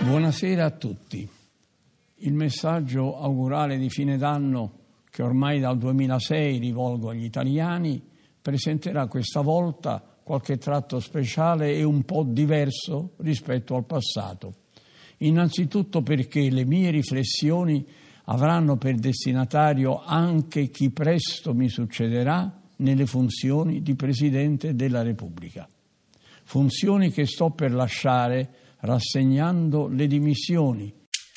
Buonasera a tutti. Il messaggio augurale di fine d'anno che ormai dal 2006 rivolgo agli italiani presenterà questa volta qualche tratto speciale e un po' diverso rispetto al passato. Innanzitutto perché le mie riflessioni avranno per destinatario anche chi presto mi succederà nelle funzioni di Presidente della Repubblica. Funzioni che sto per lasciare rassegnando le dimissioni.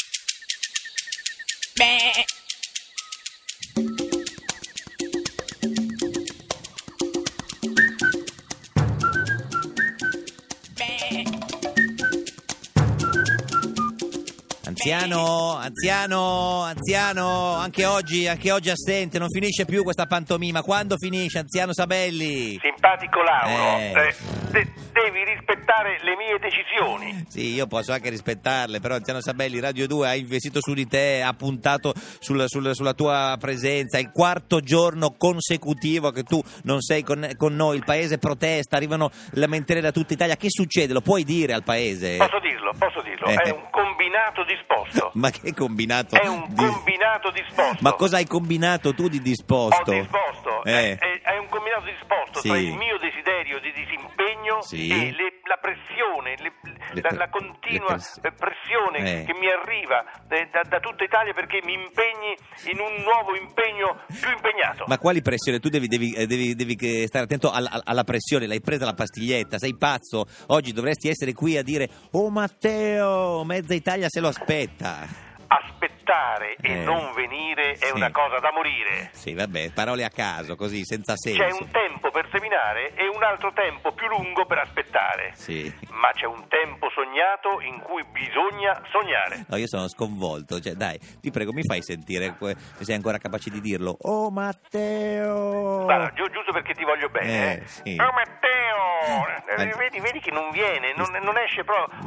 Anziano, anche oggi assente, non finisce più questa pantomima. Quando finisce, anziano Sabelli? Simpatico Lauro, devi rispettare le mie decisioni. Sì, io posso anche rispettarle, però anziano Sabelli, Radio 2 ha investito su di te, ha puntato sulla tua presenza. È il quarto giorno consecutivo che tu non sei con noi, il paese protesta, arrivano lamentele da tutta Italia. Che succede? Lo puoi dire al paese? Posso dirlo. È un combinato disposto. Ma che combinato? È un combinato disposto. Ma cosa hai combinato tu di disposto? Ho disposto. È un combinato disposto tra il mio desiderio di disimpegno e la pressione, la continua pressione che mi arriva da tutta Italia perché mi impegni in un nuovo impegno più impegnato. Ma quali pressione? Tu devi stare attento alla pressione. L'hai presa la pastiglietta? Sei pazzo? Oggi dovresti essere qui a dire: oh Matteo, mezza Italia se lo aspetta. Aspettare e non venire è una cosa da morire. Sì, vabbè, parole a caso, così, senza senso. C'è un tempo per seminare e un altro tempo più lungo per aspettare. Sì. Ma c'è un tempo sognato in cui bisogna sognare. No, io sono sconvolto. Cioè, dai, ti prego, mi fai sentire se sei ancora capace di dirlo. Oh Matteo! Guarda, giusto perché ti voglio bene. Sì. Oh Matteo! Vedi che non viene, non esce proprio.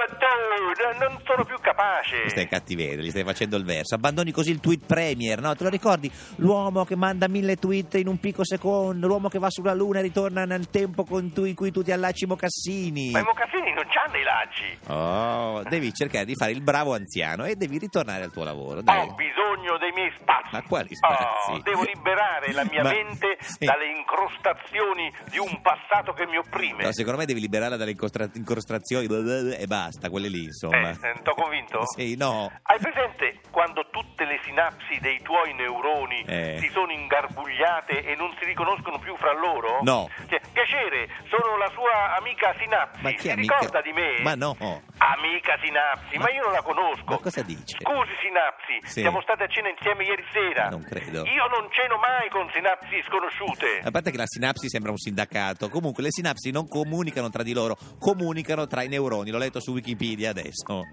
Non sono più capace. Mi stai cattiveria, gli stai facendo il verso. Abbandoni così il tweet premier, no? Te lo ricordi? L'uomo che manda 1000 tweet in un pico secondo, l'uomo che va sulla luna e ritorna nel tempo in cui tu ti allacci i mocassini. Ma i mocassini non c'hanno i lacci. Oh, devi cercare di fare il bravo anziano e devi ritornare al tuo lavoro. Dai. Ho bisogno dei miei spazi. Ma quali spazi? Devo liberare la mia mente dalle incrostazioni di un passato che mi opprime. No, secondo me devi liberarla dalle incrostazioni e basta, quelle lì, insomma. T'ho convinto? Sì, no. Hai presente quando tutte le sinapsi dei tuoi neuroni si sono ingarbugliate e non si riconoscono più fra loro? No. Piacere, sono la sua amica Sinapsi. Ma chi si amica? ricorda di me? Ma no. Amica Sinapsi, ma io non la conosco. Ma cosa dice? Scusi Sinapsi, siamo stati a cena insieme ieri sera. Non credo. Io non ceno mai con sinapsi sconosciute. A parte che la sinapsi sembra un sindacato. Comunque le sinapsi non comunicano tra di loro, comunicano tra i neuroni. L'ho letto su Wikipedia adesso.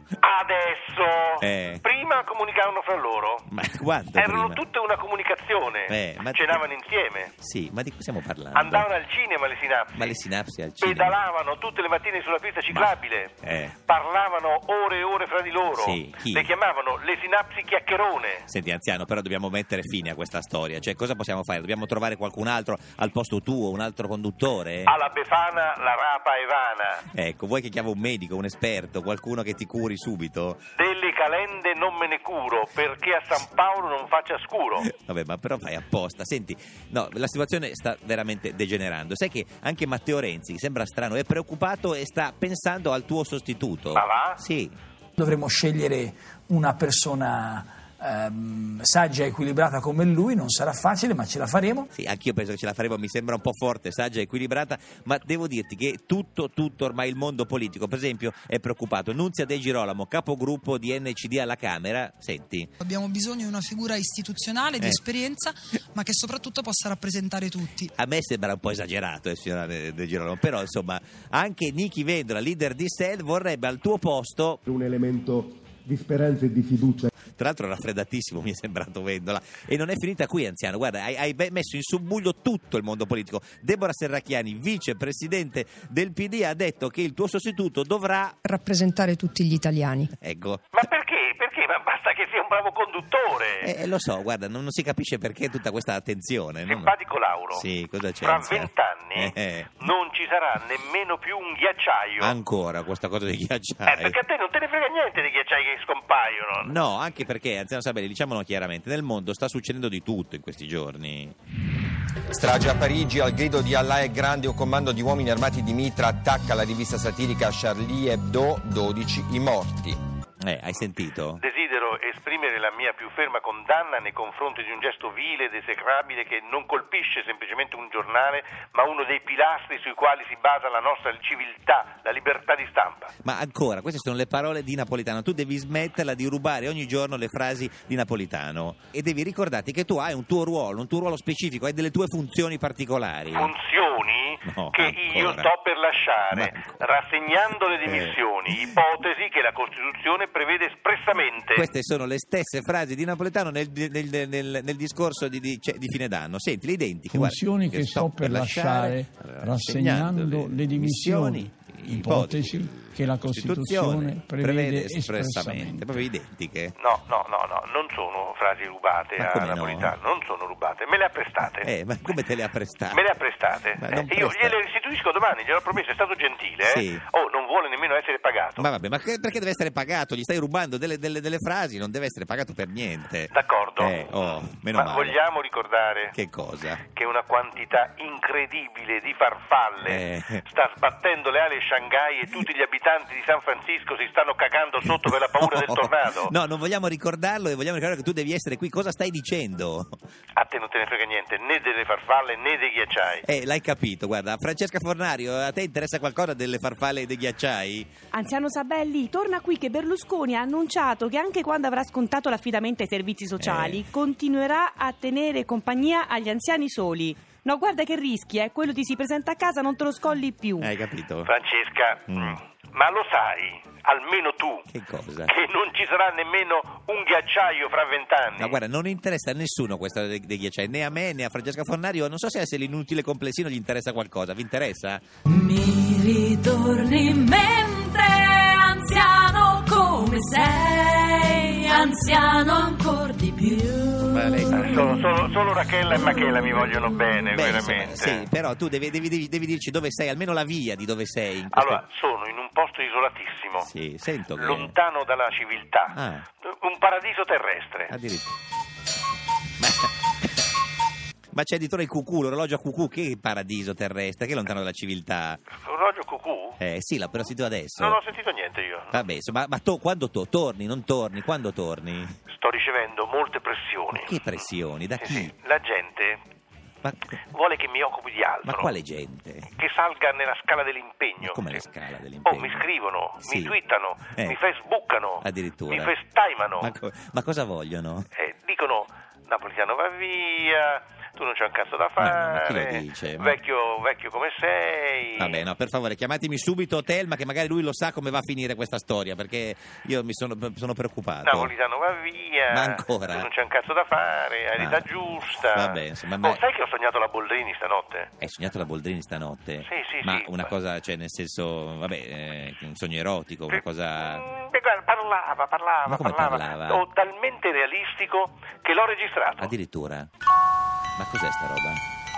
Prima comunicavano fra loro. Ma quanto Erano prima? tutte una comunicazione. Cenavano insieme. Sì, ma di cosa stiamo parlando? Andavano al cinema le sinapsi. Ma le sinapsi al cinema? Pedalavano tutte le mattine sulla pista ciclabile. Parlavano ore e ore fra di loro. Sì, chi? Le chiamavano le sinapsi chiacchierone. Senti anziano, però dobbiamo mettere fine a questa storia. Cioè, cosa possiamo fare? Dobbiamo trovare qualcun altro al posto tuo, un altro conduttore? Alla Befana la rapa è vana. Ecco, vuoi che chiamo un medico, un esperto, qualcuno che ti curi subito? Delle calende non me ne curo, perché a San Paolo non faccia scuro. Vabbè, ma però fai apposta. Senti, no, la situazione sta veramente degenerando. Sai che anche Matteo Renzi, sembra strano, è preoccupato e sta pensando al tuo sostituto. Ma va? Sì. Dovremmo scegliere una persona saggia e equilibrata come lui. Non sarà facile, ma ce la faremo. Sì, anch'io penso che ce la faremo, mi sembra un po' forte, saggia, equilibrata, ma devo dirti che tutto ormai il mondo politico, per esempio, è preoccupato. Nunzia De Girolamo, capogruppo di NCD alla Camera, senti. Abbiamo bisogno di una figura istituzionale, di esperienza, ma che soprattutto possa rappresentare tutti. A me sembra un po' esagerato, signora De Girolamo, però insomma, anche Nichi Vendola, leader di SEL, vorrebbe al tuo posto un elemento di speranza e di fiducia. Tra l'altro raffreddatissimo mi è sembrato Vendola. E non è finita qui, anziano, guarda, hai messo in subbuglio tutto il mondo politico. Deborah Serracchiani, vicepresidente del PD, ha detto che il tuo sostituto dovrà rappresentare tutti gli italiani. Ecco. Ma perché ma basta che sia un bravo conduttore. Lo so, guarda, non si capisce perché tutta questa attenzione. Simpatico Lauro. Sì, cosa c'è? Fra 20 anni non ci sarà nemmeno più un ghiacciaio. Ancora questa cosa dei ghiacciai. Perché a te non te ne frega niente dei ghiacciai che scompaiono. No, anche perché, anziano Sabelli, diciamolo chiaramente, nel mondo sta succedendo di tutto in questi giorni. Strage a Parigi, al grido di Allah è grande, un comando di uomini armati di mitra attacca la rivista satirica Charlie Hebdo, 12 i morti. Hai sentito? Desidero esprimere la mia più ferma condanna nei confronti di un gesto vile ed esecrabile che non colpisce semplicemente un giornale, ma uno dei pilastri sui quali si basa la nostra civiltà, la libertà di stampa. Ma ancora, queste sono le parole di Napolitano. Tu devi smetterla di rubare ogni giorno le frasi di Napolitano e devi ricordarti che tu hai un tuo ruolo specifico, hai delle tue funzioni particolari. Funzioni? No, che ancora. Io sto per lasciare, rassegnando le dimissioni, ipotesi che la Costituzione prevede espressamente. Queste sono le stesse frasi di Napolitano nel discorso di fine d'anno. Senti, le identiche. Funzioni guarda, che sto per lasciare, rassegnando le dimissioni, ipotesi che la Costituzione prevede espressamente. Proprio identiche. No, non sono frasi rubate a Napolitano, non sono rubate, me le ha prestate. Ma come te le ha prestate? Me le ha prestate. Io gliele restituisco domani, gliel'ho promesso, è stato gentile, Sì. non vuole nemmeno essere pagato. Ma vabbè, ma perché deve essere pagato? Gli stai rubando delle frasi, non deve essere pagato per niente. D'accordo. Meno ma male. vogliamo ricordare Che cosa? che una quantità incredibile di farfalle sta sbattendo le ali a Shanghai e tutti gli abitanti di San Francisco si stanno cagando sotto per la paura del tornado. No, non vogliamo ricordarlo e vogliamo ricordare che tu devi essere qui. Cosa stai dicendo? A te non te ne frega niente né delle farfalle né dei ghiacciai. L'hai capito, guarda. Francesca Fornario, a te interessa qualcosa delle farfalle e dei ghiacciai? Anziano Sabelli, torna qui che Berlusconi ha annunciato che anche quando avrà scontato l'affidamento ai servizi sociali continuerà a tenere compagnia agli anziani soli. No, guarda che rischi, quello ti si presenta a casa, non te lo scolli più. Hai capito? Francesca, ma lo sai, almeno tu, Che cosa? che non ci sarà nemmeno un ghiacciaio fra 20 anni. Ma guarda, non interessa a nessuno questa dei ghiacciai, né a me né a Francesca Fornario. Non so se l'inutile complessino gli interessa qualcosa. Vi interessa? Mi ritorni in mente, anziano come sei, anziano ancor di più. Solo Rachella e Machela mi vogliono bene, veramente. Sì, però tu devi dirci dove sei, almeno la via di dove sei. Allora, sono in un posto isolatissimo, Sì, sento che... lontano dalla civiltà, un paradiso terrestre. Addirittura. Ma c'è addirittura il cucù, l'orologio a cucù, che paradiso terrestre, che è lontano dalla civiltà. L'orologio cucù? Sì, l'ho però sentito adesso. Non ho sentito niente io. Vabbè, insomma, ma quando torni, non torni, quando torni? Sto ricevendo molte pressioni. Che pressioni? Da chi? Sì. La gente vuole che mi occupi di altro. Ma quale gente? Che salga nella scala dell'impegno. Ma come la scala dell'impegno? Mi scrivono, Sì. mi twittano, mi facebookano, Addirittura. mi facetimano. Ma cosa vogliono? Dicono Napolitano va via, tu non c'è un cazzo da fare. Ma chi lo dice? Vecchio come sei. Vabbè, no, per favore, chiamatemi subito Telma, che magari lui lo sa come va a finire questa storia, perché io mi sono preoccupato. Napolitano va via. Ma ancora? Tu non c'è un cazzo da fare, hai l'età giusta. Vabbè, insomma, sai che ho sognato la Boldrini stanotte? Hai sognato la Boldrini stanotte? Sì. Ma una cosa, cioè, nel senso, un sogno erotico, una cosa... Parlava. Ma come parlava? Talmente realistico che l'ho registrato. Addirittura? Ma cos'è sta roba?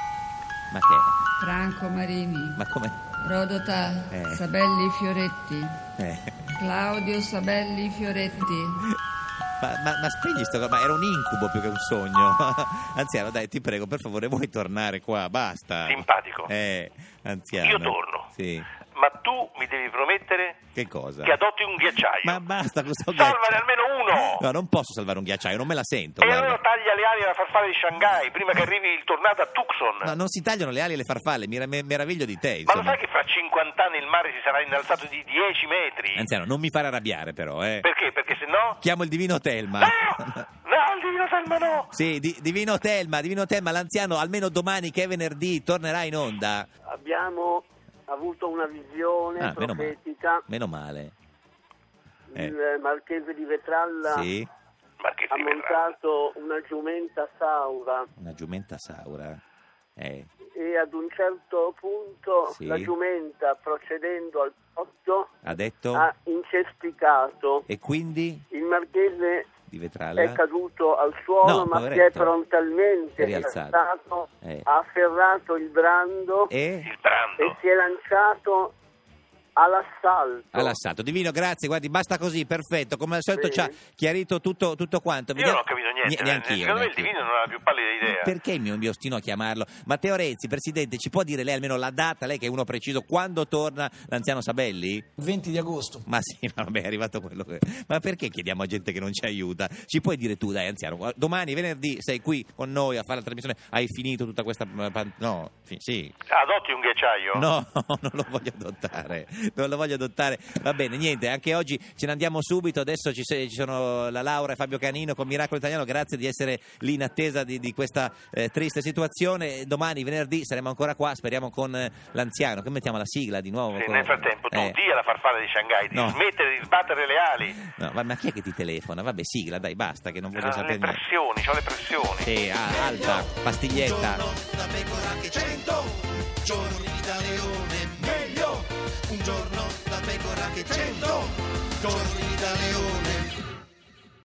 Ma che? Franco Marini. Ma come? Rodota Sabelli Fioretti. Claudio Sabelli Fioretti. Ma spegni sto... Ma era un incubo più che un sogno. Anziano, dai, ti prego, per favore, vuoi tornare qua? Basta. Simpatico. Anziano. Io torno. Sì. Ma tu mi devi promettere che cosa? Che adotti un ghiacciaio. Ma basta questo ghiacciaio. Salvane almeno uno. No, non posso salvare un ghiacciaio, non me la sento. E allora taglia le ali alla farfalla di Shanghai prima che arrivi il tornado a Tucson. No, non si tagliano le ali alle farfalle, mi meraviglio di te. Ma lo sai che fra 50 anni il mare si sarà innalzato di 10 metri? Anziano, non mi fare arrabbiare però, Perché? Perché se no... Chiamo il divino Telma. No, il divino Telma no. Sì, divino Telma, l'anziano almeno domani che è venerdì tornerà in onda. Abbiamo avuto una visione profetica. Meno male. Il marchese di Vetralla ha montato una giumenta saura. Una giumenta saura? E e ad un certo punto Sì. la giumenta, procedendo al porto, Ha detto? ha incesticato. E quindi? Il marchese Di Vetralla? è caduto al suolo, No, ma poveretto. si è prontamente Rialzato. alzato, Eh. ha afferrato il brando E? e si è lanciato all'assalto. Divino, grazie, guardi, basta così, perfetto, come al solito Sì. ci ha chiarito tutto quanto. Io non ho capito niente, Neanch'io. secondo me il Divino non ha la più pallida idea. Perché mi ostino a chiamarlo? Matteo Renzi, Presidente, ci può dire lei almeno la data, lei che è uno preciso, quando torna l'anziano Sabelli? Il 20 di agosto. Ma sì, ma vabbè, è arrivato quello che... Ma perché chiediamo a gente che non ci aiuta? Ci puoi dire tu, dai, anziano, domani, venerdì, sei qui con noi a fare la trasmissione, hai finito tutta questa... No, sì. Adotti un ghiacciaio? No, non lo voglio adottare. Va bene, niente, anche oggi ce ne andiamo subito. Adesso ci sono la Laura e Fabio Canino con Miracolo Italiano. Grazie di essere lì in attesa di questa triste situazione. Domani, venerdì, saremo ancora qua. Speriamo con l'anziano. Che mettiamo la sigla di nuovo? Sì, nel frattempo tu di alla farfalla di Shanghai di smettere di sbattere le ali. No, ma chi è che ti telefona? Vabbè, sigla, dai, basta, che non voglio sapere niente. C'ho le pressioni. Sì, alta, pastiglietta. Da pecora che 100 giorni da leone meglio. Un giorno da pecora che 100 giorni da leone